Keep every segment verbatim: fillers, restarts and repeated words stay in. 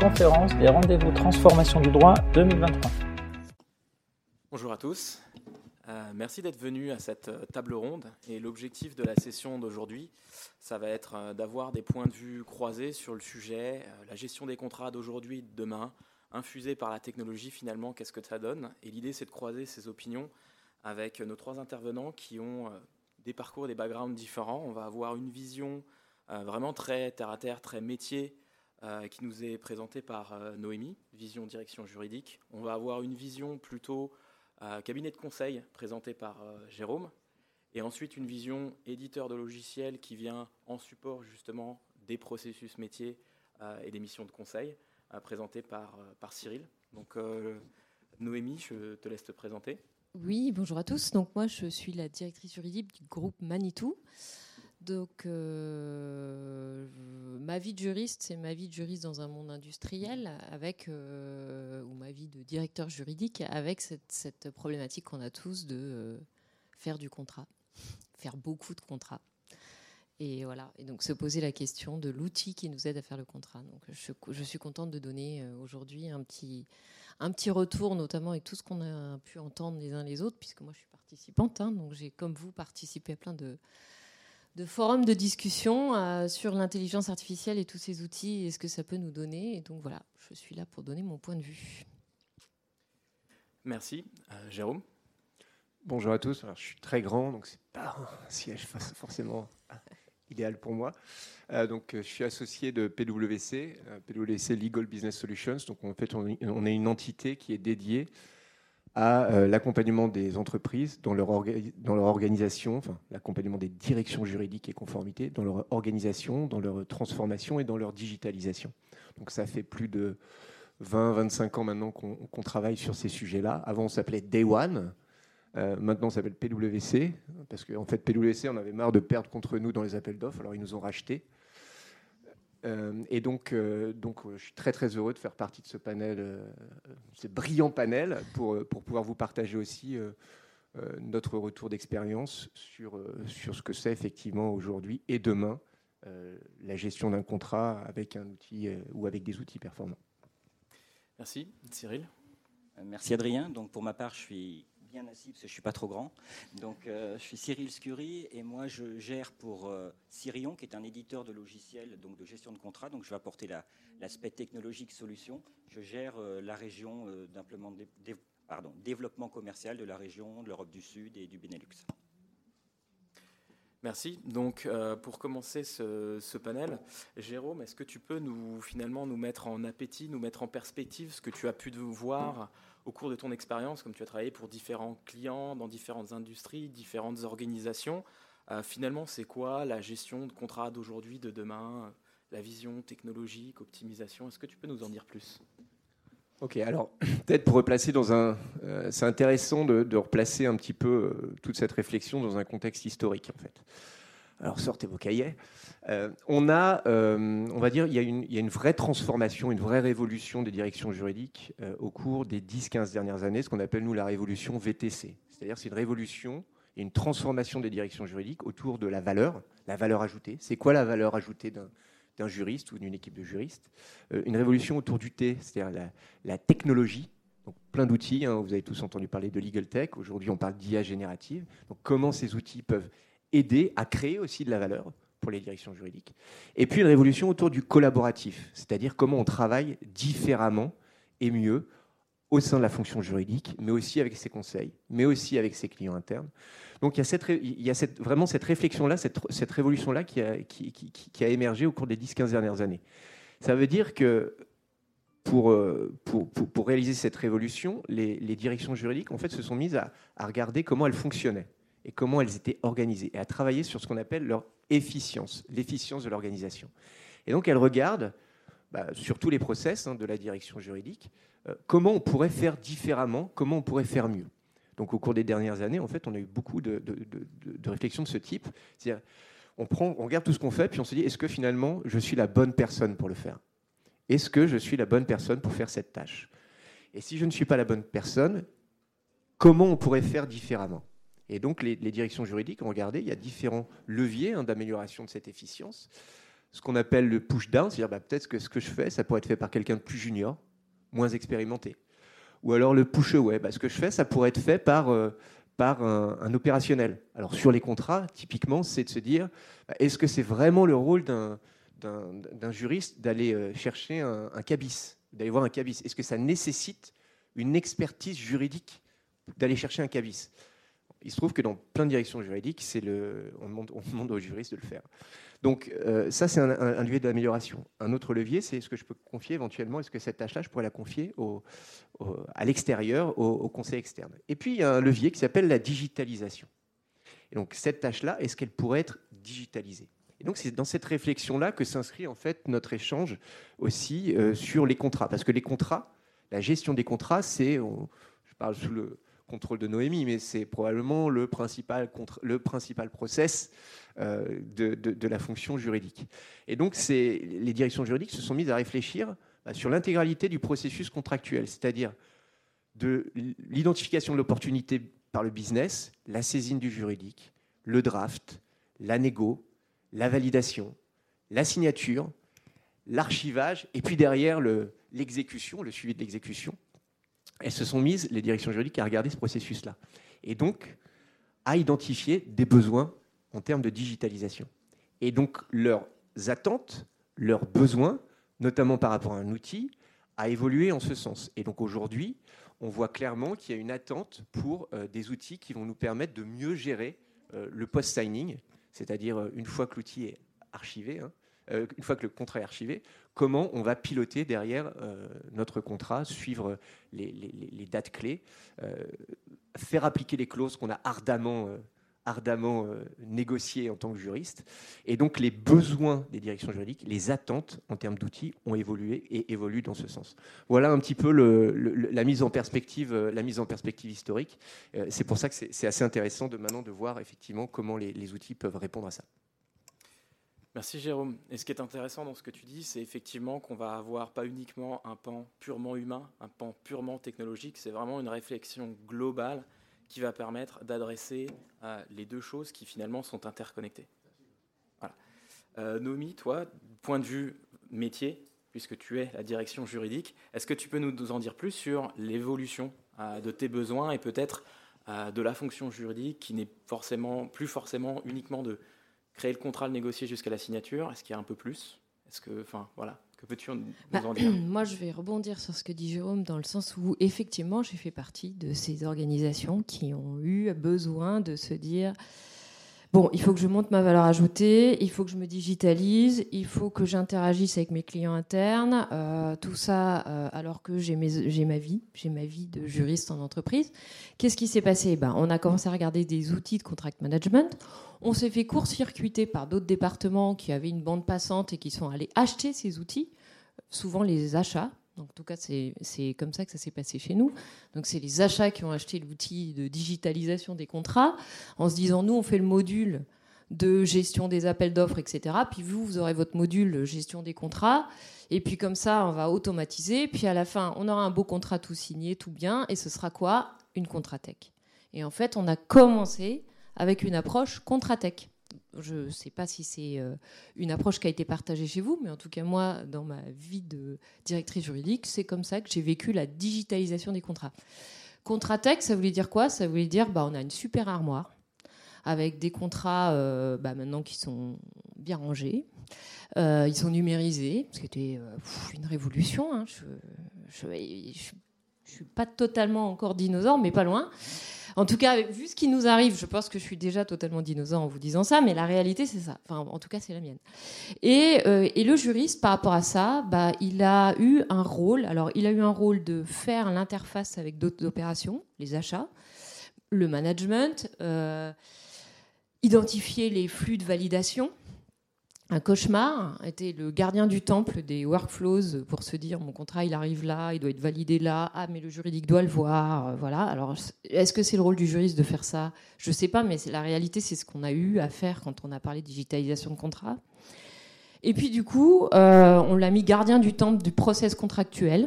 conférence des rendez-vous transformation du droit deux mille vingt-trois. Bonjour à tous, euh, merci d'être venus à cette table ronde et l'objectif de la session d'aujourd'hui, ça va être euh, d'avoir des points de vue croisés sur le sujet, euh, la gestion des contrats d'aujourd'hui et de demain, infusée par la technologie finalement, qu'est-ce que ça donne? Et l'idée c'est de croiser ces opinions avec nos trois intervenants qui ont euh, des parcours, des backgrounds différents. On va avoir une vision euh, vraiment très terre-à-terre, très métier, euh, qui nous est présentée par euh, Noémie, vision direction juridique. On va avoir une vision plutôt euh, cabinet de conseil, présentée par euh, Jérôme. Et ensuite une vision éditeur de logiciels qui vient en support justement des processus métiers euh, et des missions de conseil, euh, présentée par, euh, par Cyril. Donc euh, Noémie, je te laisse te présenter. Oui, bonjour à tous. Donc moi, je suis la directrice juridique du groupe Manitou. Donc euh, ma vie de juriste, c'est ma vie de juriste dans un monde industriel, avec euh, ou ma vie de directeur juridique, avec cette, cette problématique qu'on a tous de euh, faire du contrat, faire beaucoup de contrats. Et voilà. Et donc se poser la question de l'outil qui nous aide à faire le contrat. Donc je, je suis contente de donner aujourd'hui un petit un petit retour, notamment avec tout ce qu'on a pu entendre les uns les autres, puisque moi je suis participante, hein, donc j'ai comme vous participé à plein de de forums de discussion euh, sur l'intelligence artificielle et tous ces outils et ce que ça peut nous donner. Et donc voilà, je suis là pour donner mon point de vue. Merci. Euh, Jérôme. Bonjour à tous. Alors, je suis très grand, donc c'est pas un siège forcément idéal pour moi. Euh, donc, je suis associé de P W C, euh, P W C Legal Business Solutions. Donc, en fait, on est une entité qui est dédiée à euh, l'accompagnement des entreprises dans leur, orga- dans leur organisation, enfin, l'accompagnement des directions juridiques et conformité, dans leur organisation, dans leur transformation et dans leur digitalisation. Donc, ça fait plus de vingt à vingt-cinq ans maintenant qu'on, qu'on travaille sur ces sujets-là. Avant, on s'appelait Day One. Euh, maintenant, ça s'appelle P W C, parce qu'en fait, P W C, on avait marre de perdre contre nous dans les appels d'offres, alors ils nous ont rachetés. Euh, et donc, euh, donc, euh, je suis très, très heureux de faire partie de ce panel, euh, ce brillant panel, pour, pour pouvoir vous partager aussi euh, euh, notre retour d'expérience sur, euh, sur ce que c'est effectivement aujourd'hui et demain, euh, la gestion d'un contrat avec un outil euh, ou avec des outils performants. Merci. Cyril. Merci Adrien. Donc, pour ma part, je suis bien assis parce que je ne suis pas trop grand. Donc, euh, je suis Cyril Scurie et moi, je gère pour euh, Cyrion, qui est un éditeur de logiciels, donc de gestion de contrat. Donc, je vais apporter la, l'aspect technologique solution. Je gère euh, la région euh, d'implément- dé, pardon, développement commercial de la région de l'Europe du Sud et du Benelux. Merci. Donc, euh, pour commencer ce, ce panel, Jérôme, est-ce que tu peux nous, finalement nous mettre en appétit, nous mettre en perspective ce que tu as pu voir au cours de ton expérience, comme tu as travaillé pour différents clients, dans différentes industries, différentes organisations. Euh, finalement, c'est quoi la gestion de contrats d'aujourd'hui, de demain, la vision technologique, optimisation? Est-ce que tu peux nous en dire plus? Ok, alors peut-être pour replacer dans un... Euh, c'est intéressant de, de replacer un petit peu euh, toute cette réflexion dans un contexte historique, en fait. Alors, sortez vos cahiers. Euh, on a, euh, on va dire, il y a une, il y a une vraie transformation, une vraie révolution des directions juridiques euh, au cours des dix à quinze dernières années, ce qu'on appelle, nous, la révolution V T C. C'est-à-dire, c'est une révolution et une transformation des directions juridiques autour de la valeur, la valeur ajoutée. C'est quoi la valeur ajoutée d'un, d'un juriste ou d'une équipe de juristes? euh, Une révolution autour du T, c'est-à-dire la, la technologie. Donc, plein d'outils, hein, vous avez tous entendu parler de Legal Tech. Aujourd'hui, on parle d'I A générative. Donc, comment ces outils peuvent aider à créer aussi de la valeur pour les directions juridiques. Et puis une révolution autour du collaboratif, c'est-à-dire comment on travaille différemment et mieux au sein de la fonction juridique, mais aussi avec ses conseils, mais aussi avec ses clients internes. Donc il y a, cette, il y a cette, vraiment cette réflexion-là, cette, cette révolution-là qui a, qui, qui, qui a émergé au cours des dix à quinze dernières années. Ça veut dire que pour, pour, pour, pour réaliser cette révolution, les, les directions juridiques en fait, se sont mises à, à regarder comment elles fonctionnaient et comment elles étaient organisées, et à travailler sur ce qu'on appelle leur efficience, l'efficience de l'organisation. Et donc, elles regardent, bah, sur tous les process hein, de la direction juridique, euh, comment on pourrait faire différemment, comment on pourrait faire mieux. Donc, au cours des dernières années, en fait, on a eu beaucoup de, de, de, de réflexions de ce type. C'est-à-dire, on, prend, on regarde tout ce qu'on fait, puis on se dit, est-ce que finalement, je suis la bonne personne pour le faire? Est-ce que je suis la bonne personne pour faire cette tâche? Et si je ne suis pas la bonne personne, comment on pourrait faire différemment? Et donc, les, les directions juridiques ont regardé, il y a différents leviers hein, d'amélioration de cette efficience. ce qu'on appelle le push-down, c'est-à-dire bah, peut-être que ce que je fais, ça pourrait être fait par quelqu'un de plus junior, moins expérimenté. Ou alors le push-away, bah, ce que je fais, ça pourrait être fait par, euh, par un, un opérationnel. Alors sur les contrats, typiquement, c'est de se dire, bah, est-ce que c'est vraiment le rôle d'un, d'un, d'un juriste d'aller euh, chercher un, un cabis, d'aller voir un cabis? Est-ce que ça nécessite une expertise juridique d'aller chercher un cabis? Il se trouve que dans plein de directions juridiques, c'est le, on, demande, on demande aux juristes de le faire. Donc euh, ça, c'est un, un, un levier d'amélioration. Un autre levier, c'est ce que je peux confier éventuellement. Est-ce que cette tâche-là, je pourrais la confier au, au, à l'extérieur, au, au conseil externe? Et puis, il y a un levier qui s'appelle la digitalisation. Et donc, cette tâche-là, est-ce qu'elle pourrait être digitalisée? Et donc, c'est dans cette réflexion-là que s'inscrit en fait notre échange aussi euh, sur les contrats. Parce que les contrats, la gestion des contrats, c'est, on, je parle sous le contrôle de Noémie, mais c'est probablement le principal, contre, le principal process euh, de, de, de la fonction juridique. Et donc, c'est, les directions juridiques se sont mises à réfléchir bah, sur l'intégralité du processus contractuel, c'est-à-dire de l'identification de l'opportunité par le business, la saisine du juridique, le draft, la négo, la validation, la signature, l'archivage, et puis derrière le, l'exécution, le suivi de l'exécution. Elles se sont mises, les directions juridiques, à regarder ce processus-là. Et donc, à identifier des besoins en termes de digitalisation. Et donc, leurs attentes, leurs besoins, notamment par rapport à un outil, a évolué en ce sens. Et donc, aujourd'hui, on voit clairement qu'il y a une attente pour euh, des outils qui vont nous permettre de mieux gérer euh, le post-signing, c'est-à-dire euh, une fois que l'outil est archivé, hein, euh, une fois que le contrat est archivé, comment on va piloter derrière euh, notre contrat, suivre les, les, les dates clés, euh, faire appliquer les clauses qu'on a ardemment, euh, ardemment euh, négociées en tant que juriste. Et donc les besoins des directions juridiques, les attentes en termes d'outils ont évolué et évoluent dans ce sens. Voilà un petit peu le, le, la, mise en perspective, la mise en perspective historique. Euh, c'est pour ça que c'est, c'est assez intéressant de maintenant de voir effectivement comment les, les outils peuvent répondre à ça. Merci Jérôme. Et ce qui est intéressant dans ce que tu dis, c'est effectivement qu'on va avoir pas uniquement un pan purement humain, un pan purement technologique, c'est vraiment une réflexion globale qui va permettre d'adresser euh, les deux choses qui finalement sont interconnectées. Voilà. Euh, Noémie, toi, point de vue métier, puisque tu es la direction juridique, est-ce que tu peux nous en dire plus sur l'évolution euh, de tes besoins et peut-être euh, de la fonction juridique qui n'est forcément, plus forcément uniquement de créer le contrat, le négocier jusqu'à la signature? Est-ce qu'il y a un peu plus? Est-ce que, enfin, voilà, que peux-tu nous bah, en dire? Moi, je vais rebondir sur ce que dit Jérôme dans le sens où, effectivement, j'ai fait partie de ces organisations qui ont eu besoin de se dire bon, il faut que je monte ma valeur ajoutée, il faut que je me digitalise, il faut que j'interagisse avec mes clients internes, euh, tout ça euh, alors que j'ai, mes, j'ai ma vie, j'ai ma vie de juriste en entreprise. Qu'est-ce qui s'est passé? Ben, on a commencé à regarder des outils de contract management. On s'est fait court-circuiter par d'autres départements qui avaient une bande passante et qui sont allés acheter ces outils, souvent les achats. Donc, en tout cas, c'est, c'est comme ça que ça s'est passé chez nous. Donc, c'est les achats qui ont acheté l'outil de digitalisation des contrats en se disant, nous, on fait le module de gestion des appels d'offres, et cetera. Puis vous, vous aurez votre module gestion des contrats. Et puis, comme ça, on va automatiser. Puis, à la fin, on aura un beau contrat tout signé, tout bien. Et ce sera quoi? Une Contratech. Et en fait, on a commencé avec une approche Contratech. Je ne sais pas si c'est une approche qui a été partagée chez vous, mais en tout cas, moi, dans ma vie de directrice juridique, c'est comme ça que j'ai vécu la digitalisation des contrats. Contratech, ça voulait dire quoi? Ça voulait dire bah, on a une super armoire avec des contrats euh, bah, maintenant qui sont bien rangés. Euh, ils sont numérisés, ce qui était euh, pff, une révolution. Hein. Je ne suis pas totalement encore dinosaure, mais pas loin. En tout cas, vu ce qui nous arrive, je pense que je suis déjà totalement dinosaure en vous disant ça, mais la réalité, c'est ça. Enfin, en tout cas, c'est la mienne. Et, euh, et le juriste, par rapport à ça, bah, il a eu un rôle. Alors, il a eu un rôle de faire l'interface avec d'autres opérations, les achats, le management, euh, identifier les flux de validation. Un cauchemar, était le gardien du temple des workflows pour se dire mon contrat il arrive là, il doit être validé là, ah mais le juridique doit le voir, voilà. Alors est-ce que c'est le rôle du juriste de faire ça? Je sais pas, mais c'est, la réalité c'est ce qu'on a eu à faire quand on a parlé de digitalisation de contrat. Et puis du coup, euh, on l'a mis gardien du temple du process contractuel.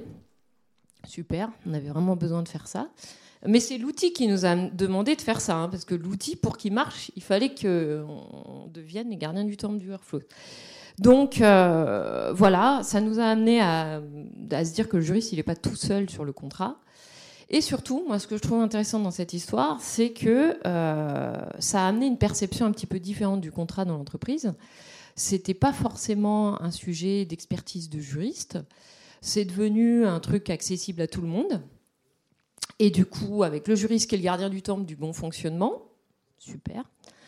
Super, on avait vraiment besoin de faire ça. Mais c'est l'outil qui nous a demandé de faire ça, hein, parce que l'outil, pour qu'il marche, il fallait qu'on devienne les gardiens du temple du workflow. Donc euh, voilà, ça nous a amené à, à se dire que le juriste, il n'est pas tout seul sur le contrat. Et surtout, moi, ce que je trouve intéressant dans cette histoire, c'est que euh, ça a amené une perception un petit peu différente du contrat dans l'entreprise. C'était pas forcément un sujet d'expertise de juriste. C'est devenu un truc accessible à tout le monde. Et du coup, avec le juriste qui est le gardien du temple du bon fonctionnement, super,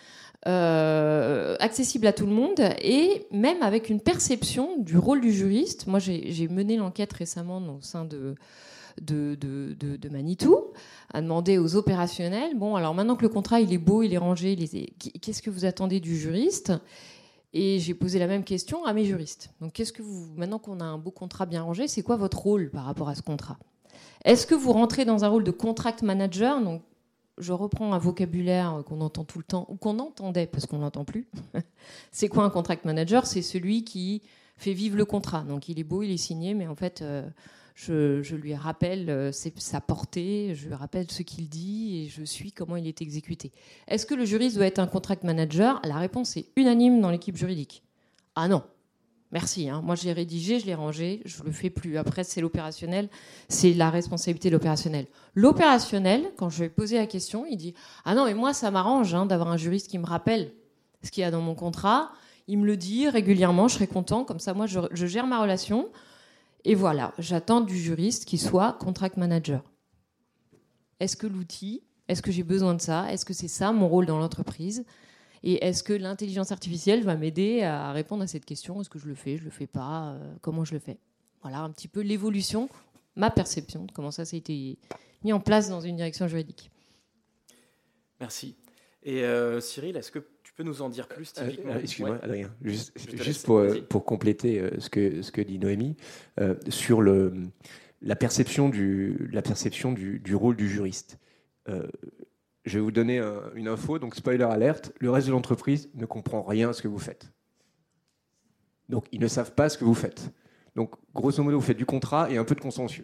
euh, accessible à tout le monde, et même avec une perception du rôle du juriste. Moi, j'ai, j'ai mené l'enquête récemment au sein de... De, de, de, de Manitou, à demander aux opérationnels, bon, alors maintenant que le contrat il est beau, il est rangé, il est... qu'est-ce que vous attendez du juriste ? Et j'ai posé la même question à mes juristes. Donc, qu'est-ce que vous, maintenant qu'on a un beau contrat bien rangé, c'est quoi votre rôle par rapport à ce contrat ? Est-ce que vous rentrez dans un rôle de contract manager ? Donc, je reprends un vocabulaire qu'on entend tout le temps, ou qu'on entendait parce qu'on l'entend plus. C'est quoi un contract manager ? C'est celui qui fait vivre le contrat. Donc, il est beau, il est signé, mais en fait... Euh, Je, je lui rappelle euh, sa portée, je lui rappelle ce qu'il dit et je suis comment il est exécuté. Est-ce que le juriste doit être un contract manager ? La réponse est unanime dans l'équipe juridique. Ah non, merci. Hein. Moi, je l'ai rédigé, je l'ai rangé, je ne le fais plus. Après, c'est l'opérationnel, c'est la responsabilité de l'opérationnel. L'opérationnel, quand je lui ai posé la question, il dit « Ah non, mais moi, ça m'arrange hein, d'avoir un juriste qui me rappelle ce qu'il y a dans mon contrat. Il me le dit régulièrement, je serai content. Comme ça, moi, je, je gère ma relation. » Et voilà, j'attends du juriste qu'il soit contract manager. Est-ce que l'outil, est-ce que j'ai besoin de ça ? Est-ce que c'est ça mon rôle dans l'entreprise ? Et est-ce que l'intelligence artificielle va m'aider à répondre à cette question ? Est-ce que je le fais ? Je le fais pas ? euh, Comment je le fais ? Voilà un petit peu l'évolution, ma perception de comment ça, ça a été mis en place dans une direction juridique. Merci. Et euh, Cyril, est-ce que tu peux nous en dire plus typiquement ? euh, Excuse-moi, ouais. Adrien. Juste, juste laisse, pour, vas-y. pour compléter euh, ce, que, ce que dit Noémie, euh, sur le, la perception, du, la perception du, du rôle du juriste. Euh, je vais vous donner un, une info, donc spoiler alerte, le reste de l'entreprise ne comprend rien à ce que vous faites. Donc, ils ne savent pas ce que vous faites. Donc, grosso modo, vous faites du contrat et un peu de contentieux.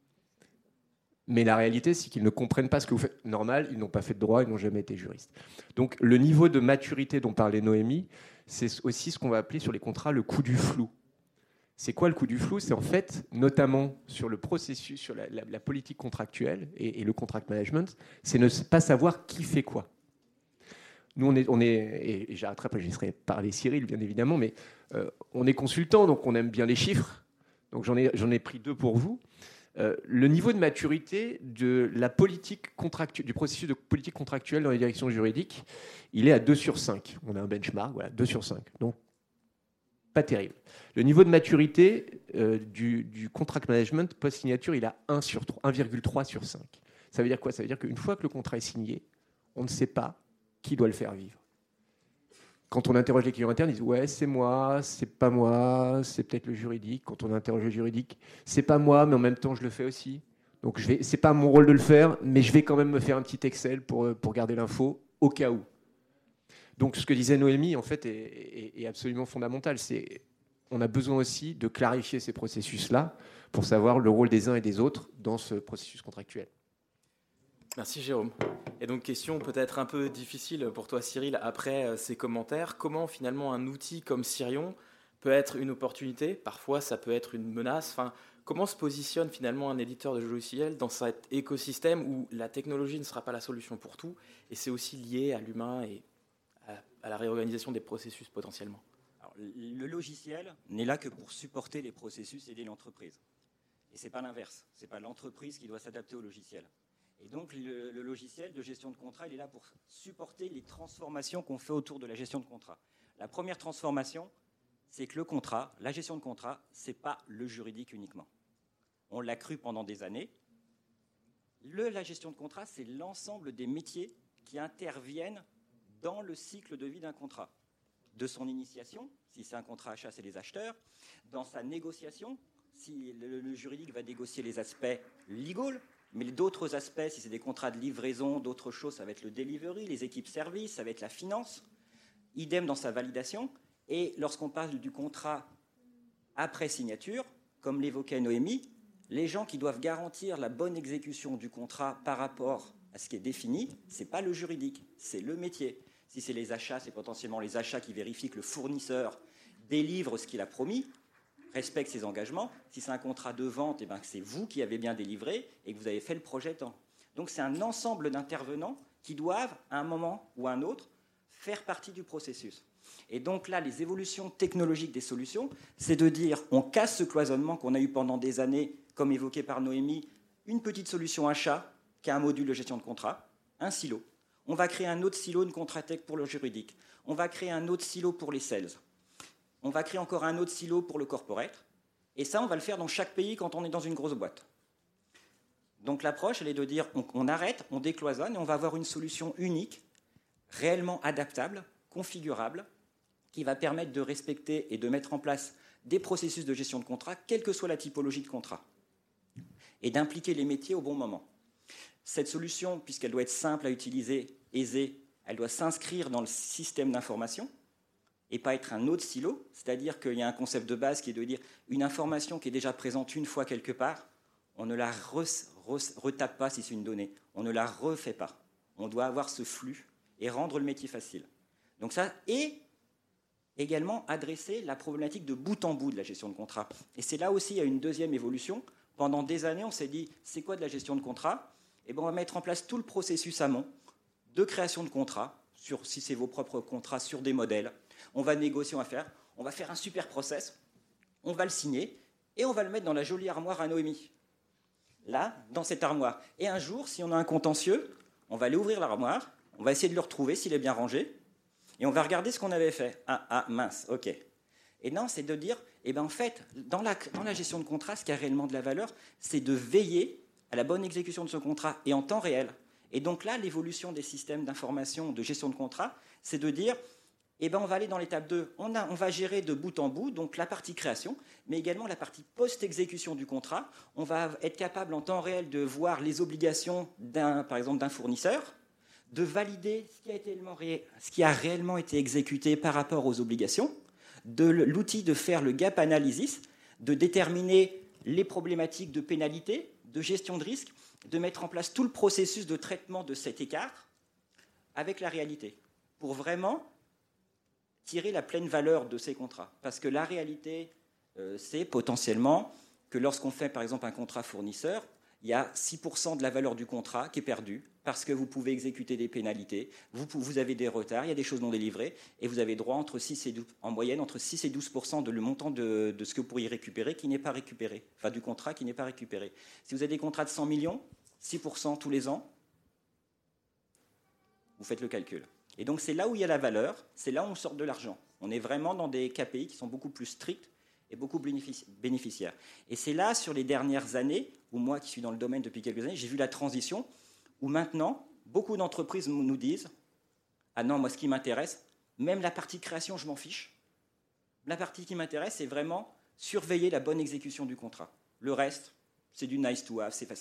Mais la réalité, c'est qu'ils ne comprennent pas ce que vous faites. Normal, ils n'ont pas fait de droit, ils n'ont jamais été juristes. Donc, le niveau de maturité dont parlait Noémie, c'est aussi ce qu'on va appeler sur les contrats le coup du flou. C'est quoi le coup du flou ? C'est en fait, notamment sur le processus, sur la, la, la politique contractuelle et, et le contract management, c'est ne pas savoir qui fait quoi. Nous, on est, on est et j'arrêterai après, je laisserai parler Cyril, bien évidemment, mais euh, on est consultant, donc on aime bien les chiffres. Donc, j'en ai, j'en ai pris deux pour vous. Euh, le niveau de maturité de la politique contractuelle, du processus de politique contractuelle dans les directions juridiques, il est à deux sur cinq. On a un benchmark, voilà, deux sur cinq. Donc, pas terrible. Le niveau de maturité euh, du, du contract management post-signature, il a un sur trois, un virgule trois sur cinq. Ça veut dire quoi ? Ça veut dire qu'une fois que le contrat est signé, on ne sait pas qui doit le faire vivre. Quand on interroge les clients internes, ils disent « Ouais, c'est moi, c'est pas moi, c'est peut-être le juridique. » Quand on interroge le juridique, « C'est pas moi, mais en même temps, je le fais aussi. Donc, je vais, c'est pas mon rôle de le faire, mais je vais quand même me faire un petit Excel pour, pour garder l'info au cas où. » Donc, ce que disait Noémie, en fait, est, est, est absolument fondamental. C'est, on a besoin aussi de clarifier ces processus-là pour savoir le rôle des uns et des autres dans ce processus contractuel. Merci Jérôme. Et donc question peut-être un peu difficile pour toi Cyril, après ces commentaires, comment finalement un outil comme Cirion peut être une opportunité, parfois ça peut être une menace, enfin, comment se positionne finalement un éditeur de logiciels dans cet écosystème où la technologie ne sera pas la solution pour tout et c'est aussi lié à l'humain et à, à la réorganisation des processus potentiellement. Alors, le logiciel n'est là que pour supporter les processus et aider l'entreprise. Et ce n'est pas l'inverse, ce n'est pas l'entreprise qui doit s'adapter au logiciel. Et donc, le, le logiciel de gestion de contrat, il est là pour supporter les transformations qu'on fait autour de la gestion de contrat. La première transformation, c'est que le contrat, la gestion de contrat, ce n'est pas le juridique uniquement. On l'a cru pendant des années. Le, la gestion de contrat, c'est l'ensemble des métiers qui interviennent dans le cycle de vie d'un contrat. De son initiation, si c'est un contrat achat, c'est les acheteurs. Dans sa négociation, si le, le juridique va négocier les aspects legal, mais d'autres aspects, si c'est des contrats de livraison, d'autres choses, ça va être le delivery, les équipes services, ça va être la finance. Idem dans sa validation. Et lorsqu'on parle du contrat après signature, comme l'évoquait Noémie, les gens qui doivent garantir la bonne exécution du contrat par rapport à ce qui est défini, ce n'est pas le juridique, c'est le métier. Si c'est les achats, c'est potentiellement les achats qui vérifient que le fournisseur délivre ce qu'il a promis, respecte ses engagements. Si c'est un contrat de vente, eh ben, c'est vous qui avez bien délivré et que vous avez fait le projet temps. Donc c'est un ensemble d'intervenants qui doivent, à un moment ou à un autre, faire partie du processus. Et donc là, les évolutions technologiques des solutions, c'est de dire, on casse ce cloisonnement qu'on a eu pendant des années, comme évoqué par Noémie, une petite solution achat, qui a un module de gestion de contrat, un silo. On va créer un autre silo, une Contratech pour le juridique. On va créer un autre silo pour les sales. On va créer encore un autre silo pour le corporate. Et ça, on va le faire dans chaque pays quand on est dans une grosse boîte. Donc l'approche, elle est de dire, on, on arrête, on décloisonne, et on va avoir une solution unique, réellement adaptable, configurable, qui va permettre de respecter et de mettre en place des processus de gestion de contrat, quelle que soit la typologie de contrat, et d'impliquer les métiers au bon moment. Cette solution, puisqu'elle doit être simple à utiliser, aisée, elle doit s'inscrire dans le système d'information et pas être un autre silo, c'est-à-dire qu'il y a un concept de base qui est de dire une information qui est déjà présente une fois quelque part, on ne la re, re, retape pas si c'est une donnée, on ne la refait pas. On doit avoir ce flux et rendre le métier facile. Donc ça, et également adresser la problématique de bout en bout de la gestion de contrat. Et c'est là aussi, il y a une deuxième évolution. Pendant des années, on s'est dit, c'est quoi de la gestion de contrat ? Eh bien, on va mettre en place tout le processus amont de création de contrat, sur, si c'est vos propres contrats, sur des modèles. On va négocier, on va faire, on va faire un super process, on va le signer, et on va le mettre dans la jolie armoire à Noémie. Là, dans cette armoire. Et un jour, si on a un contentieux, on va aller ouvrir l'armoire, on va essayer de le retrouver s'il est bien rangé, et on va regarder ce qu'on avait fait. Ah, ah, mince, ok. Et non, c'est de dire, eh ben, en fait, dans la, dans la gestion de contrat, ce qui a réellement de la valeur, c'est de veiller à la bonne exécution de ce contrat, et en temps réel. Et donc là, l'évolution des systèmes d'information de gestion de contrat, c'est de dire, eh ben, on va aller dans l'étape deux. On, a, on va gérer de bout en bout, donc la partie création, mais également la partie post-exécution du contrat. On va être capable en temps réel de voir les obligations, d'un, par exemple, d'un fournisseur, de valider ce qui a, été, ce qui a réellement été exécuté par rapport aux obligations, de l'outil de faire le gap analysis, de déterminer les problématiques de pénalité, de gestion de risque, de mettre en place tout le processus de traitement de cet écart avec la réalité, pour vraiment tirer la pleine valeur de ces contrats. Parce que la réalité, euh, c'est potentiellement que lorsqu'on fait par exemple un contrat fournisseur, il y a six pour cent de la valeur du contrat qui est perdue parce que vous pouvez exécuter des pénalités, vous, vous avez des retards, il y a des choses non délivrées, et vous avez droit entre six et douze, en moyenne entre six et douze pour cent de le montant de, de ce que vous pourriez récupérer qui n'est pas récupéré, enfin du contrat qui n'est pas récupéré. Si vous avez des contrats de cent millions, six pour cent tous les ans, vous faites le calcul. Et donc c'est là où il y a la valeur, c'est là où on sort de l'argent. On est vraiment dans des K P I qui sont beaucoup plus stricts et beaucoup bénéficiaires. Et c'est là, sur les dernières années, où moi qui suis dans le domaine depuis quelques années, j'ai vu la transition, où maintenant, beaucoup d'entreprises nous disent « Ah non, moi ce qui m'intéresse, même la partie création, je m'en fiche. La partie qui m'intéresse, c'est vraiment surveiller la bonne exécution du contrat. Le reste, c'est du nice to have, c'est facile. »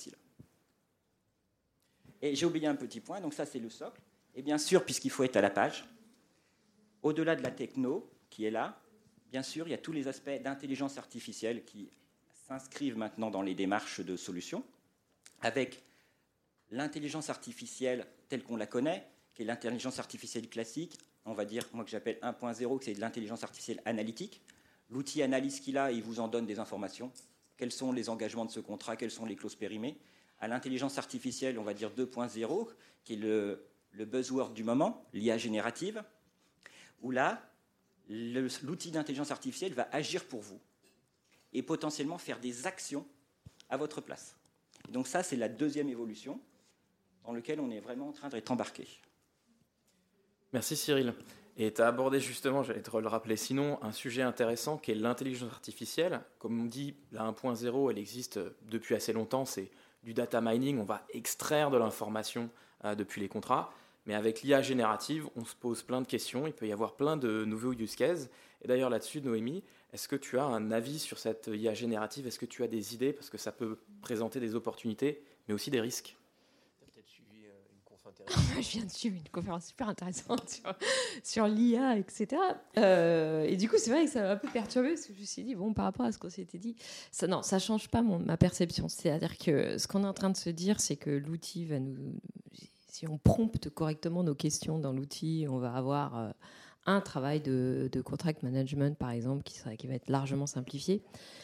Et j'ai oublié un petit point, donc ça c'est le socle. Et bien sûr, puisqu'il faut être à la page, au-delà de la techno qui est là, bien sûr, il y a tous les aspects d'intelligence artificielle qui s'inscrivent maintenant dans les démarches de solutions, avec l'intelligence artificielle telle qu'on la connaît, qui est l'intelligence artificielle classique, on va dire, moi que j'appelle un point zéro, que c'est de l'intelligence artificielle analytique. L'outil analyse qu'il a, il vous en donne des informations. Quels sont les engagements de ce contrat, quelles sont les clauses périmées. À l'intelligence artificielle, on va dire deux point zéro, qui est le, le buzzword du moment, l'I A générative, où là, le, l'outil d'intelligence artificielle va agir pour vous et potentiellement faire des actions à votre place. Et donc ça, c'est la deuxième évolution dans laquelle on est vraiment en train d'être embarqué. Merci Cyril. Et tu as abordé justement, j'allais te le rappeler sinon, un sujet intéressant qui est l'intelligence artificielle. Comme on dit, la un point zéro, elle existe depuis assez longtemps, c'est du data mining, on va extraire de l'information euh, depuis les contrats. Mais avec l'I A générative, on se pose plein de questions, il peut y avoir plein de nouveaux use cases. Et d'ailleurs là-dessus, Noémie, est-ce que tu as un avis sur cette I A générative ? Est-ce que tu as des idées ? Parce que ça peut présenter des opportunités, mais aussi des risques. Tu as peut-être suivi une conf intéressante. Je viens de suivre une conférence super intéressante sur, sur l'I A, et cetera. Euh, et du coup, c'est vrai que ça m'a un peu perturbée, parce que je me suis dit, bon, par rapport à ce qu'on s'était dit, ça, non, ça ne change pas mon, ma perception. C'est-à-dire que ce qu'on est en train de se dire, c'est que l'outil va nous... Si on prompte correctement nos questions dans l'outil, on va avoir un travail de, de contract management, par exemple, qui, sera, qui va être largement simplifié.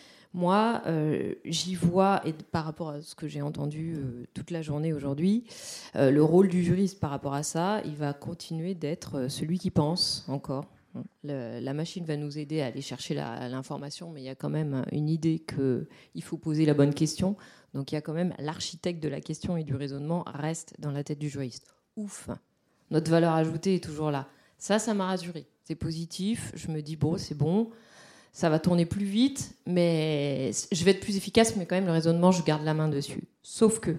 Moi, euh, j'y vois, et par rapport à ce que j'ai entendu euh, toute la journée aujourd'hui, euh, le rôle du juriste par rapport à ça, il va continuer d'être celui qui pense encore. Le, la machine va nous aider à aller chercher la, l'information, mais il y a quand même une idée qu'il faut poser la bonne question. Donc il y a quand même l'architecte de la question et du raisonnement reste dans la tête du juriste. Ouf, notre valeur ajoutée est toujours là. Ça, ça m'a rassurée. C'est positif. Je me dis, bon, c'est bon. Ça va tourner plus vite, mais je vais être plus efficace, mais quand même, le raisonnement, je garde la main dessus. Sauf que,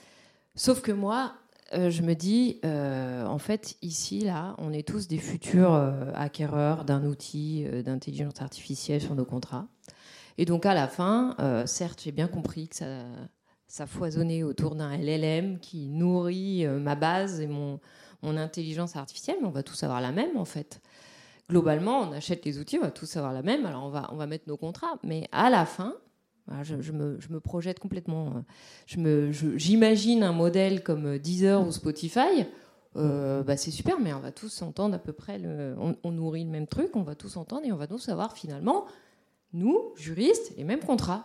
sauf que moi, euh, je me dis, euh, en fait, ici, là, on est tous des futurs euh, acquéreurs d'un outil euh, d'intelligence artificielle sur nos contrats. Et donc, à la fin, euh, certes, j'ai bien compris que ça, ça foisonnait autour d'un L L M qui nourrit euh, ma base et mon, mon intelligence artificielle, mais on va tous avoir la même, en fait. Globalement, on achète les outils, on va tous avoir la même, alors on va, on va mettre nos contrats. Mais à la fin, je, je, me, je me projette complètement. Je me, je, j'imagine un modèle comme Deezer ou Spotify. Euh, bah c'est super, mais on va tous entendre à peu près... Le, on, on nourrit le même truc, on va tous entendre et on va tous avoir finalement, nous, juristes, les mêmes contrats.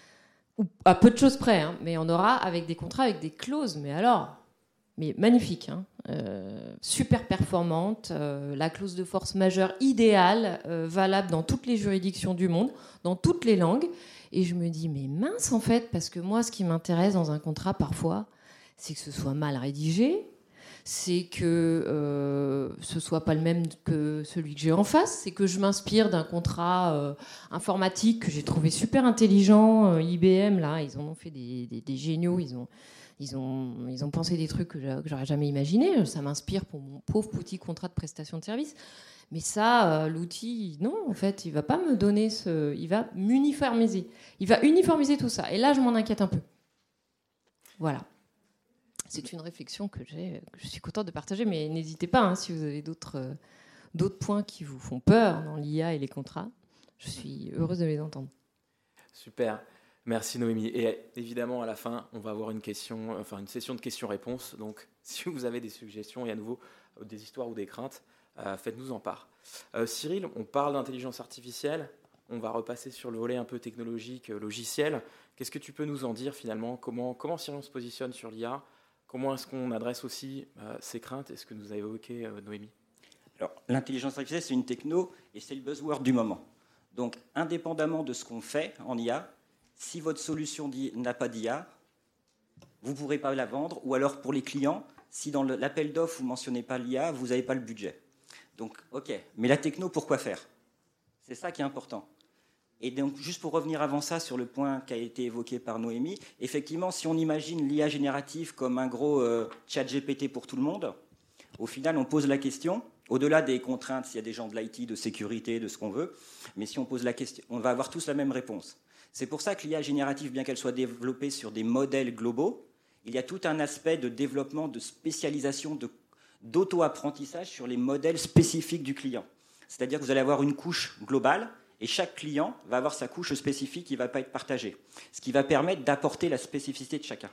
Ou à peu de choses près, hein, mais on aura avec des contrats, avec des clauses. Mais alors... mais magnifique, hein. euh, super performante, euh, la clause de force majeure idéale, euh, valable dans toutes les juridictions du monde, dans toutes les langues. Et je me dis, mais mince en fait, parce que moi, ce qui m'intéresse dans un contrat parfois, c'est que ce soit mal rédigé, c'est que euh, ce soit pas le même que celui que j'ai en face, c'est que je m'inspire d'un contrat euh, informatique que j'ai trouvé super intelligent, euh, I B M, là, ils en ont fait des, des, des géniaux, ils ont... Ils ont, ils ont pensé des trucs que j'aurais jamais imaginé. Ça m'inspire pour mon pauvre petit contrat de prestation de service. Mais ça, euh, l'outil, non, en fait, il va pas me donner ce... Il va m'uniformiser. Il va uniformiser tout ça. Et là, je m'en inquiète un peu. Voilà. C'est une réflexion que j'ai, que je suis contente de partager. Mais n'hésitez pas, hein, si vous avez d'autres, euh, d'autres points qui vous font peur dans l'I A et les contrats. Je suis heureuse de les entendre. Super. Merci Noémie. Et évidemment, à la fin, on va avoir une question, enfin une session de questions-réponses. Donc, si vous avez des suggestions et à nouveau des histoires ou des craintes, euh, faites-nous en part. Euh, Cyril, on parle d'intelligence artificielle. On va repasser sur le volet un peu technologique, logiciel. Qu'est-ce que tu peux nous en dire finalement ? Comment, comment Cyril se positionne sur l'I A ? Comment est-ce qu'on adresse aussi euh, ces craintes ? Est-ce que nous a évoqué euh, Noémie ? Alors, l'intelligence artificielle, c'est une techno et c'est le buzzword du moment. Donc, indépendamment de ce qu'on fait en I A, si votre solution n'a pas d'I A, vous ne pourrez pas la vendre. Ou alors pour les clients, si dans l'appel d'offres, vous ne mentionnez pas l'I A, vous n'avez pas le budget. Donc, OK. Mais la techno, pourquoi faire ? C'est ça qui est important. Et donc, juste pour revenir avant ça sur le point qui a été évoqué par Noémie, effectivement, si on imagine l'I A générative comme un gros euh, chat G P T pour tout le monde, au final, on pose la question, au-delà des contraintes, s'il y a des gens de l'I T, de sécurité, de ce qu'on veut, mais si on pose la question, on va avoir tous la même réponse. C'est pour ça que l'I A générative, bien qu'elle soit développée sur des modèles globaux, il y a tout un aspect de développement, de spécialisation, de, d'auto-apprentissage sur les modèles spécifiques du client. C'est-à-dire que vous allez avoir une couche globale et chaque client va avoir sa couche spécifique qui ne va pas être partagée. Ce qui va permettre d'apporter la spécificité de chacun.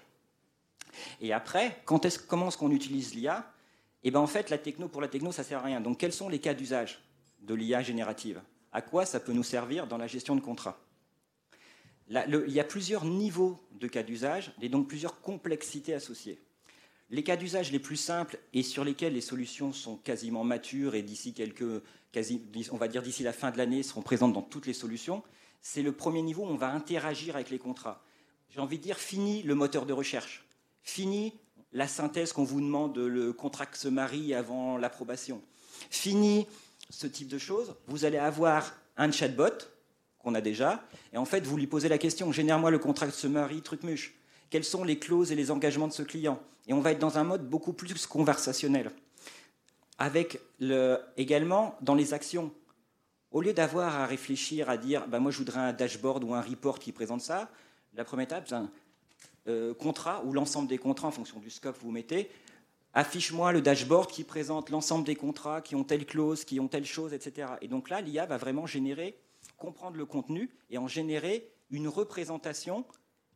Et après, quand est-ce, comment est-ce qu'on utilise l'I A ? Eh bien, en fait, la techno pour la techno, ça ne sert à rien. Donc, quels sont les cas d'usage de l'I A générative ? À quoi ça peut nous servir dans la gestion de contrats ? Là, le, il y a plusieurs niveaux de cas d'usage et donc plusieurs complexités associées. Les cas d'usage les plus simples et sur lesquels les solutions sont quasiment matures et d'ici quelques, quasi, on va dire d'ici la fin de l'année, seront présentes dans toutes les solutions, c'est le premier niveau où on va interagir avec les contrats. J'ai envie de dire, fini le moteur de recherche, fini la synthèse qu'on vous demande, le contract summary avant l'approbation, fini ce type de choses. Vous allez avoir un chatbot qu'on a déjà, et en fait, vous lui posez la question, génère-moi le contract summary, truc muche. Quelles sont les clauses et les engagements de ce client ? Et on va être dans un mode beaucoup plus conversationnel. Avec le, également, dans les actions, au lieu d'avoir à réfléchir, à dire, bah, moi je voudrais un dashboard ou un report qui présente ça, la première étape, c'est un euh, contrat, ou l'ensemble des contrats, en fonction du scope que vous mettez, affiche-moi le dashboard qui présente l'ensemble des contrats qui ont telle clause, qui ont telle chose, et cetera. Et donc là, l'I A va vraiment générer, comprendre le contenu et en générer une représentation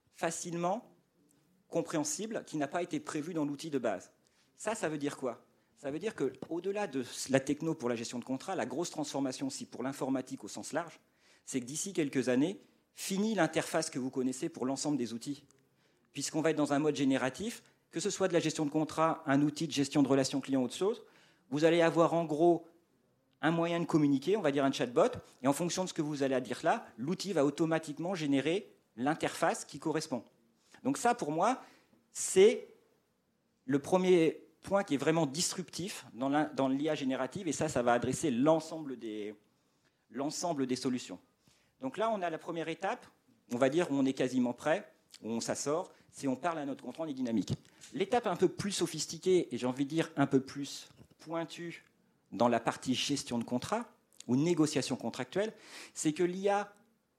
facilement compréhensible qui n'a pas été prévue dans l'outil de base. Ça, ça veut dire quoi ? Ça veut dire qu'au-delà de la techno pour la gestion de contrat, la grosse transformation aussi pour l'informatique au sens large, c'est que d'ici quelques années, fini l'interface que vous connaissez pour l'ensemble des outils. Puisqu'on va être dans un mode génératif, que ce soit de la gestion de contrat, un outil de gestion de relations clients ou autre chose, vous allez avoir en gros un moyen de communiquer, on va dire un chatbot, et en fonction de ce que vous allez dire là, l'outil va automatiquement générer l'interface qui correspond. Donc ça, pour moi, c'est le premier point qui est vraiment disruptif dans l'I A générative, et ça, ça va adresser l'ensemble des, l'ensemble des solutions. Donc là, on a la première étape, on va dire où on est quasiment prêt, où on s'assort, c'est on parle à notre contrat, on est dynamique. L'étape un peu plus sophistiquée, et j'ai envie de dire un peu plus pointue dans la partie gestion de contrat ou négociation contractuelle, c'est que l'I A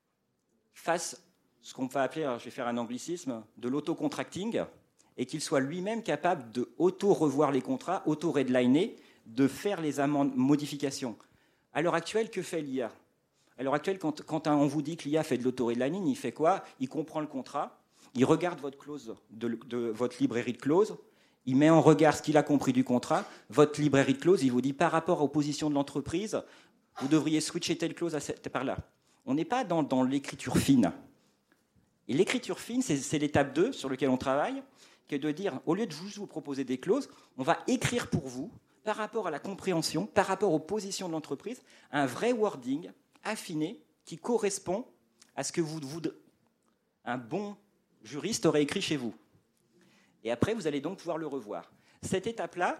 fasse ce qu'on va appeler, alors je vais faire un anglicisme, de l'auto-contracting, et qu'il soit lui-même capable de auto-revoir les contrats, auto-redliner, de faire les amendes, modifications. À l'heure actuelle, que fait l'I A ? À l'heure actuelle, quand, quand on vous dit que l'I A fait de l'auto-redlining, il fait quoi ? Il comprend le contrat, il regarde votre clause, de, de votre librairie de clauses, il met en regard ce qu'il a compris du contrat, votre librairie de clauses, il vous dit par rapport aux positions de l'entreprise, vous devriez switcher telle clause à cette, par là. On n'est pas dans, dans l'écriture fine. Et l'écriture fine, c'est, c'est l'étape deux sur laquelle on travaille, qui est de dire, au lieu de juste vous proposer des clauses, on va écrire pour vous, par rapport à la compréhension, par rapport aux positions de l'entreprise, un vrai wording affiné qui correspond à ce que vous, vous un bon juriste aurait écrit chez vous. Et après, vous allez donc pouvoir le revoir. Cette étape-là,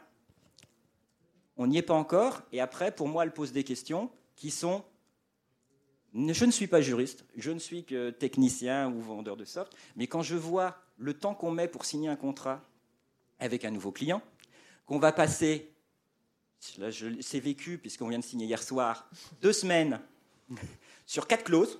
on n'y est pas encore. Et après, pour moi, elle pose des questions qui sont... Je ne suis pas juriste, je ne suis que technicien ou vendeur de soft, mais quand je vois le temps qu'on met pour signer un contrat avec un nouveau client, qu'on va passer, là je, c'est vécu puisqu'on vient de signer hier soir, deux semaines sur quatre clauses,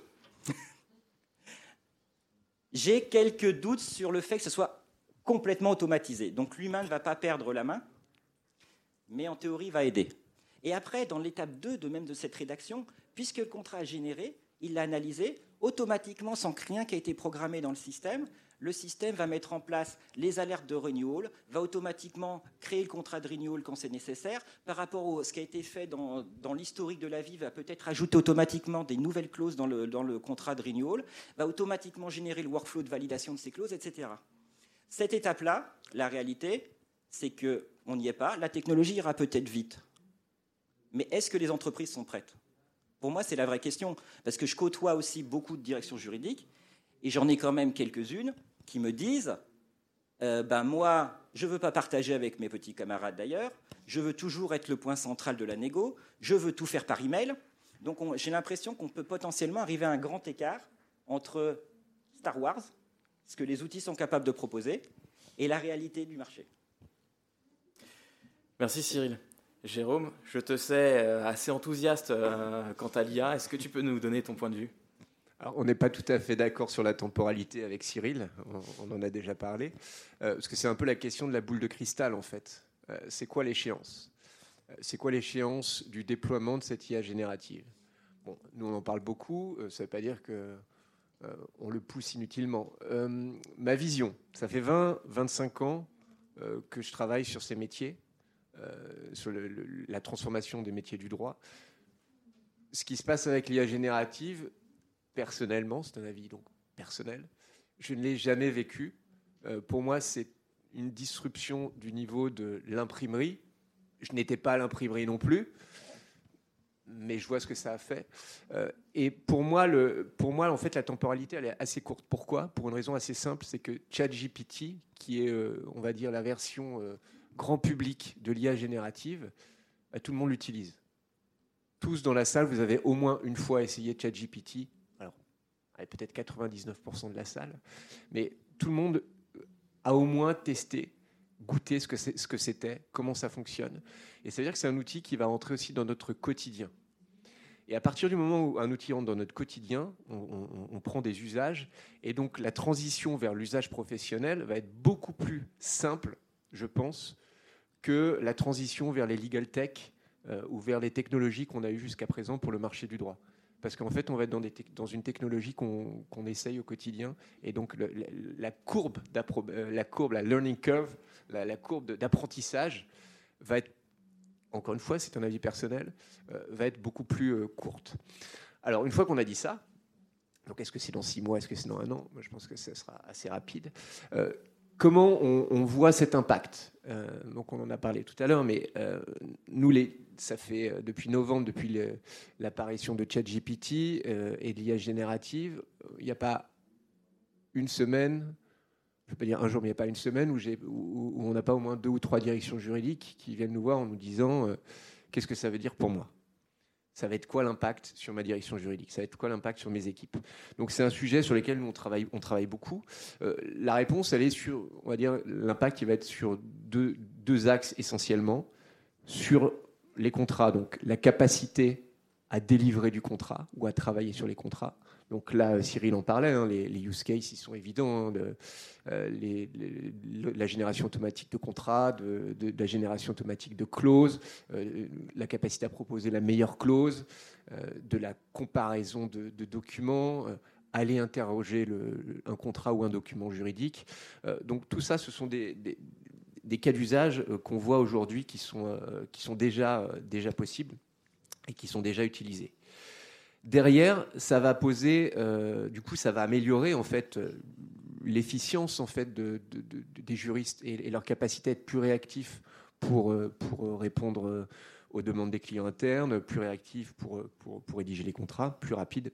j'ai quelques doutes sur le fait que ce soit complètement automatisé. Donc l'humain ne va pas perdre la main, mais en théorie va aider. Et après, dans l'étape deux de même de cette rédaction, puisque le contrat est généré, il l'a analysé, automatiquement, sans que rien qui a été programmé dans le système, le système va mettre en place les alertes de renewal, va automatiquement créer le contrat de renewal quand c'est nécessaire. Par rapport à ce qui a été fait dans, dans l'historique de la vie, va peut-être ajouter automatiquement des nouvelles clauses dans le, dans le contrat de renewal, va automatiquement générer le workflow de validation de ces clauses, et cetera. Cette étape-là, la réalité, c'est qu'on n'y est pas. La technologie ira peut-être vite. Mais est-ce que les entreprises sont prêtes ? Pour moi, c'est la vraie question. Parce que je côtoie aussi beaucoup de directions juridiques, et j'en ai quand même quelques-unes qui me disent euh, ben moi, je ne veux pas partager avec mes petits camarades d'ailleurs, je veux toujours être le point central de la négo, je veux tout faire par email. Donc on, j'ai l'impression qu'on peut potentiellement arriver à un grand écart entre Star Wars, ce que les outils sont capables de proposer, et la réalité du marché. Merci Cyril. Jérôme, je te sais assez enthousiaste quant à l'I A. Est-ce que tu peux nous donner ton point de vue ? Alors, on n'est pas tout à fait d'accord sur la temporalité avec Cyril, on, on en a déjà parlé, euh, parce que c'est un peu la question de la boule de cristal en fait. Euh, c'est quoi l'échéance ? euh, C'est quoi l'échéance du déploiement de cette I A générative ? Bon, nous on en parle beaucoup, euh, ça ne veut pas dire que euh, on le pousse inutilement. Euh, ma vision, ça fait vingt, vingt-cinq ans euh, que je travaille sur ces métiers. Euh, sur le, le, la transformation des métiers du droit. Ce qui se passe avec l'I A générative, personnellement, c'est un avis donc personnel, je ne l'ai jamais vécu. Euh, pour moi, c'est une disruption du niveau de l'imprimerie. Je n'étais pas à l'imprimerie non plus, mais je vois ce que ça a fait. Euh, et pour moi, le, pour moi, en fait, la temporalité, elle est assez courte. Pourquoi ? Pour une raison assez simple, c'est que ChatGPT, qui est, euh, on va dire, la version... Euh, grand public de l'I A générative, bah, tout le monde l'utilise. Tous dans la salle, vous avez au moins une fois essayé ChatGPT. Alors, peut-être quatre-vingt-dix-neuf pour cent de la salle, mais tout le monde a au moins testé, goûté ce que, c'est, ce que c'était, comment ça fonctionne. Et ça veut dire que c'est un outil qui va entrer aussi dans notre quotidien. Et à partir du moment où un outil rentre dans notre quotidien, on, on, on prend des usages, et donc la transition vers l'usage professionnel va être beaucoup plus simple, je pense, que la transition vers les legal tech euh, ou vers les technologies qu'on a eues jusqu'à présent pour le marché du droit. Parce qu'en fait, on va être dans, des te- dans une technologie qu'on, qu'on essaye au quotidien. Et donc, le, la, la, courbe euh, la courbe, la learning curve, la, la courbe d'apprentissage va être encore une fois, c'est un avis personnel, euh, va être beaucoup plus euh, courte. Alors, une fois qu'on a dit ça, donc est-ce que c'est dans six mois, est-ce que c'est dans un an ? Moi, je pense que ça sera assez rapide. Euh, comment on, on voit cet impact ? euh, Donc, on en a parlé tout à l'heure, mais euh, nous, les, ça fait euh, depuis novembre, depuis le, l'apparition de ChatGPT euh, et de l'I A générative, il n'y a pas une semaine, je ne peux pas dire un jour, mais il n'y a pas une semaine où, j'ai, où, où on n'a pas au moins deux ou trois directions juridiques qui viennent nous voir en nous disant euh, qu'est-ce que ça veut dire pour moi ? Ça va être quoi l'impact sur ma direction juridique ? Ça va être quoi l'impact sur mes équipes ? Donc c'est un sujet sur lequel nous on travaille, on travaille beaucoup. Euh, la réponse, elle est sur, on va dire, l'impact qui va être sur deux, deux axes essentiellement. Sur les contrats, donc la capacité à délivrer du contrat ou à travailler sur les contrats. Donc là, Cyril en parlait, hein, les, les use cases, ils sont évidents. Hein, de, euh, les, les, la génération automatique de contrats, de, de, de la génération automatique de clauses, euh, la capacité à proposer la meilleure clause, euh, de la comparaison de, de documents, euh, aller interroger le, un contrat ou un document juridique. Euh, donc tout ça, ce sont des, des, des cas d'usage euh, qu'on voit aujourd'hui qui sont, euh, qui sont déjà, euh, déjà possibles et qui sont déjà utilisés. Derrière, ça va poser, euh, du coup, ça va améliorer en fait euh, l'efficience en fait de, de, de, des juristes et, et leur capacité à être plus réactifs pour euh, pour répondre euh, aux demandes des clients internes, plus réactifs pour pour pour rédiger les contrats, plus rapides,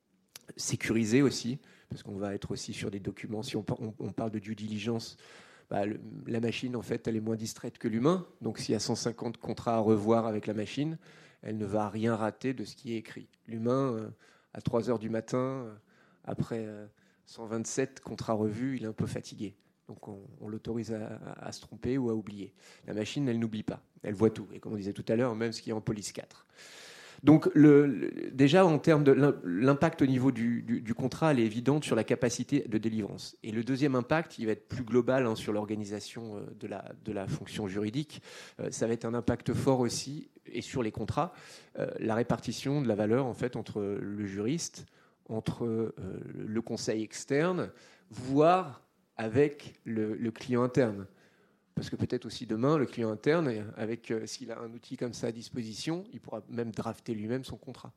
sécurisés aussi, parce qu'on va être aussi sur des documents. Si on, on, on parle de due diligence, bah, le, la machine en fait, elle est moins distraite que l'humain. Donc, s'il y a cent cinquante contrats à revoir avec la machine, elle ne va rien rater de ce qui est écrit. L'humain, euh, à trois heures du matin, euh, après euh, cent vingt-sept contrats revus, il est un peu fatigué. Donc on, on l'autorise à, à, à se tromper ou à oublier. La machine, elle n'oublie pas. Elle voit tout. Et comme on disait tout à l'heure, même ce qui est en police quatre. Donc le, le, déjà, en termes de l'impact au niveau du, du, du contrat, elle est évidente sur la capacité de délivrance. Et le deuxième impact, il va être plus global hein, sur l'organisation de la, de la fonction juridique. Euh, ça va être un impact fort aussi, et sur les contrats, euh, la répartition de la valeur en fait, entre le juriste, entre euh, le conseil externe, voire avec le, le client interne. Parce que peut-être aussi demain, le client interne, avec, euh, s'il a un outil comme ça à disposition, il pourra même drafter lui-même son contrat.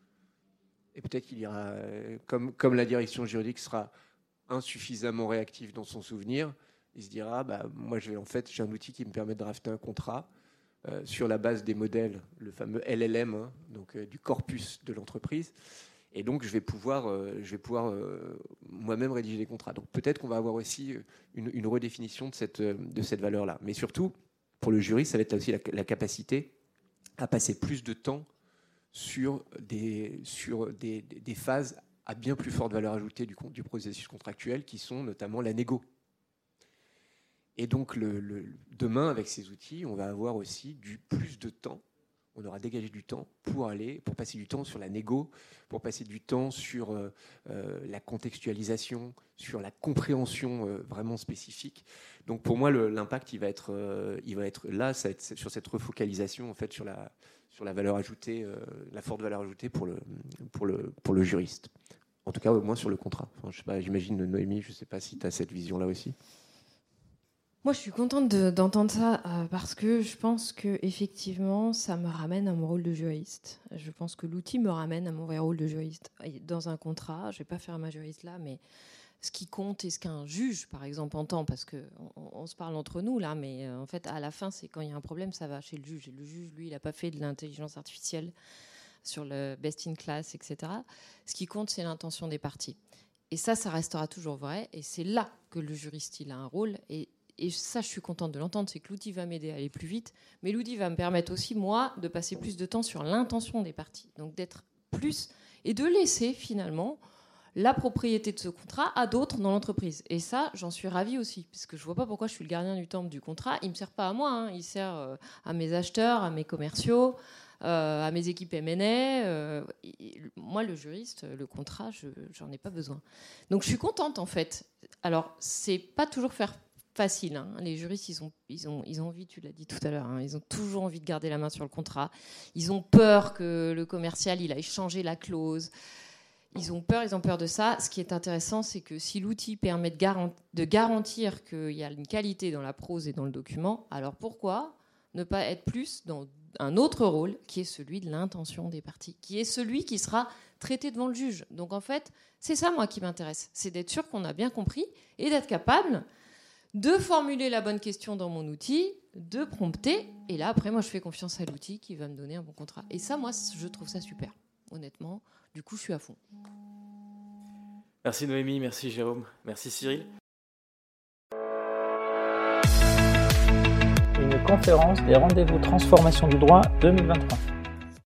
Et peut-être qu'il ira, euh, comme, comme la direction juridique sera insuffisamment réactive dans son souvenir, il se dira, bah, moi je vais, en fait, j'ai un outil qui me permet de drafter un contrat euh, sur la base des modèles, le fameux L L M, hein, donc euh, du corpus de l'entreprise. Et donc, je vais pouvoir, euh, je vais pouvoir euh, moi-même rédiger les contrats. Donc, peut-être qu'on va avoir aussi une, une redéfinition de cette, de cette valeur-là. Mais surtout, pour le juriste, ça va être aussi la, la capacité à passer plus de temps sur des, sur des, des, des phases à bien plus forte valeur ajoutée du, du processus contractuel, qui sont notamment la négo. Et donc, le, le, demain, avec ces outils, on va avoir aussi du plus de temps. On aura dégagé du temps pour aller, pour passer du temps sur la négo, pour passer du temps sur euh, euh, la contextualisation, sur la compréhension euh, vraiment spécifique. Donc pour moi, le, l'impact, il va être, euh, il va être là, ça va être sur cette refocalisation en fait sur la sur la valeur ajoutée, euh, la forte valeur ajoutée pour le pour le pour le juriste. En tout cas, au moins sur le contrat. Enfin, je sais pas, j'imagine Noémie, je ne sais pas si tu as cette vision-là aussi. Moi, je suis contente de, d'entendre ça euh, parce que je pense que effectivement, ça me ramène à mon rôle de juriste. Je pense que l'outil me ramène à mon vrai rôle de juriste. Dans un contrat, je ne vais pas faire ma juriste là, mais ce qui compte et ce qu'un juge, par exemple, entend, parce qu'on on se parle entre nous là, mais euh, en fait, à la fin, c'est quand il y a un problème, ça va chez le juge. Et le juge, lui, il n'a pas fait de l'intelligence artificielle sur le best in class, et cetera. Ce qui compte, c'est l'intention des parties. Et ça, ça restera toujours vrai. Et c'est là que le juriste, il a un rôle. Et Et ça, je suis contente de l'entendre, c'est que l'outil va m'aider à aller plus vite, mais l'outil va me permettre aussi, moi, de passer plus de temps sur l'intention des parties. Donc d'être plus, et de laisser finalement la propriété de ce contrat à d'autres dans l'entreprise. Et ça, j'en suis ravie aussi, parce que je ne vois pas pourquoi je suis le gardien du temple du contrat. Il ne me sert pas à moi, hein. Il sert euh, à mes acheteurs, à mes commerciaux, euh, à mes équipes M and A. Euh, moi, le juriste, le contrat, je n'en ai pas besoin. Donc je suis contente, en fait. Alors, c'est pas toujours faire facile, hein. Les juristes, ils ont, ils, ont, ils ont envie, tu l'as dit tout à l'heure, hein, ils ont toujours envie de garder la main sur le contrat. Ils ont peur que le commercial, il aille changer la clause. Ils ont peur, ils ont peur de ça. Ce qui est intéressant, c'est que si l'outil permet de, garant, de garantir qu'il y a une qualité dans la prose et dans le document, alors pourquoi ne pas être plus dans un autre rôle qui est celui de l'intention des parties, qui est celui qui sera traité devant le juge. Donc en fait, c'est ça moi qui m'intéresse, c'est d'être sûr qu'on a bien compris et d'être capable de formuler la bonne question dans mon outil, de prompter, et là après moi je fais confiance à l'outil qui va me donner un bon contrat. Et ça moi je trouve ça super, honnêtement, du coup je suis à fond. Merci Noémie, merci Jérôme, merci Cyril. Une conférence des rendez-vous transformation du droit deux mille vingt-trois.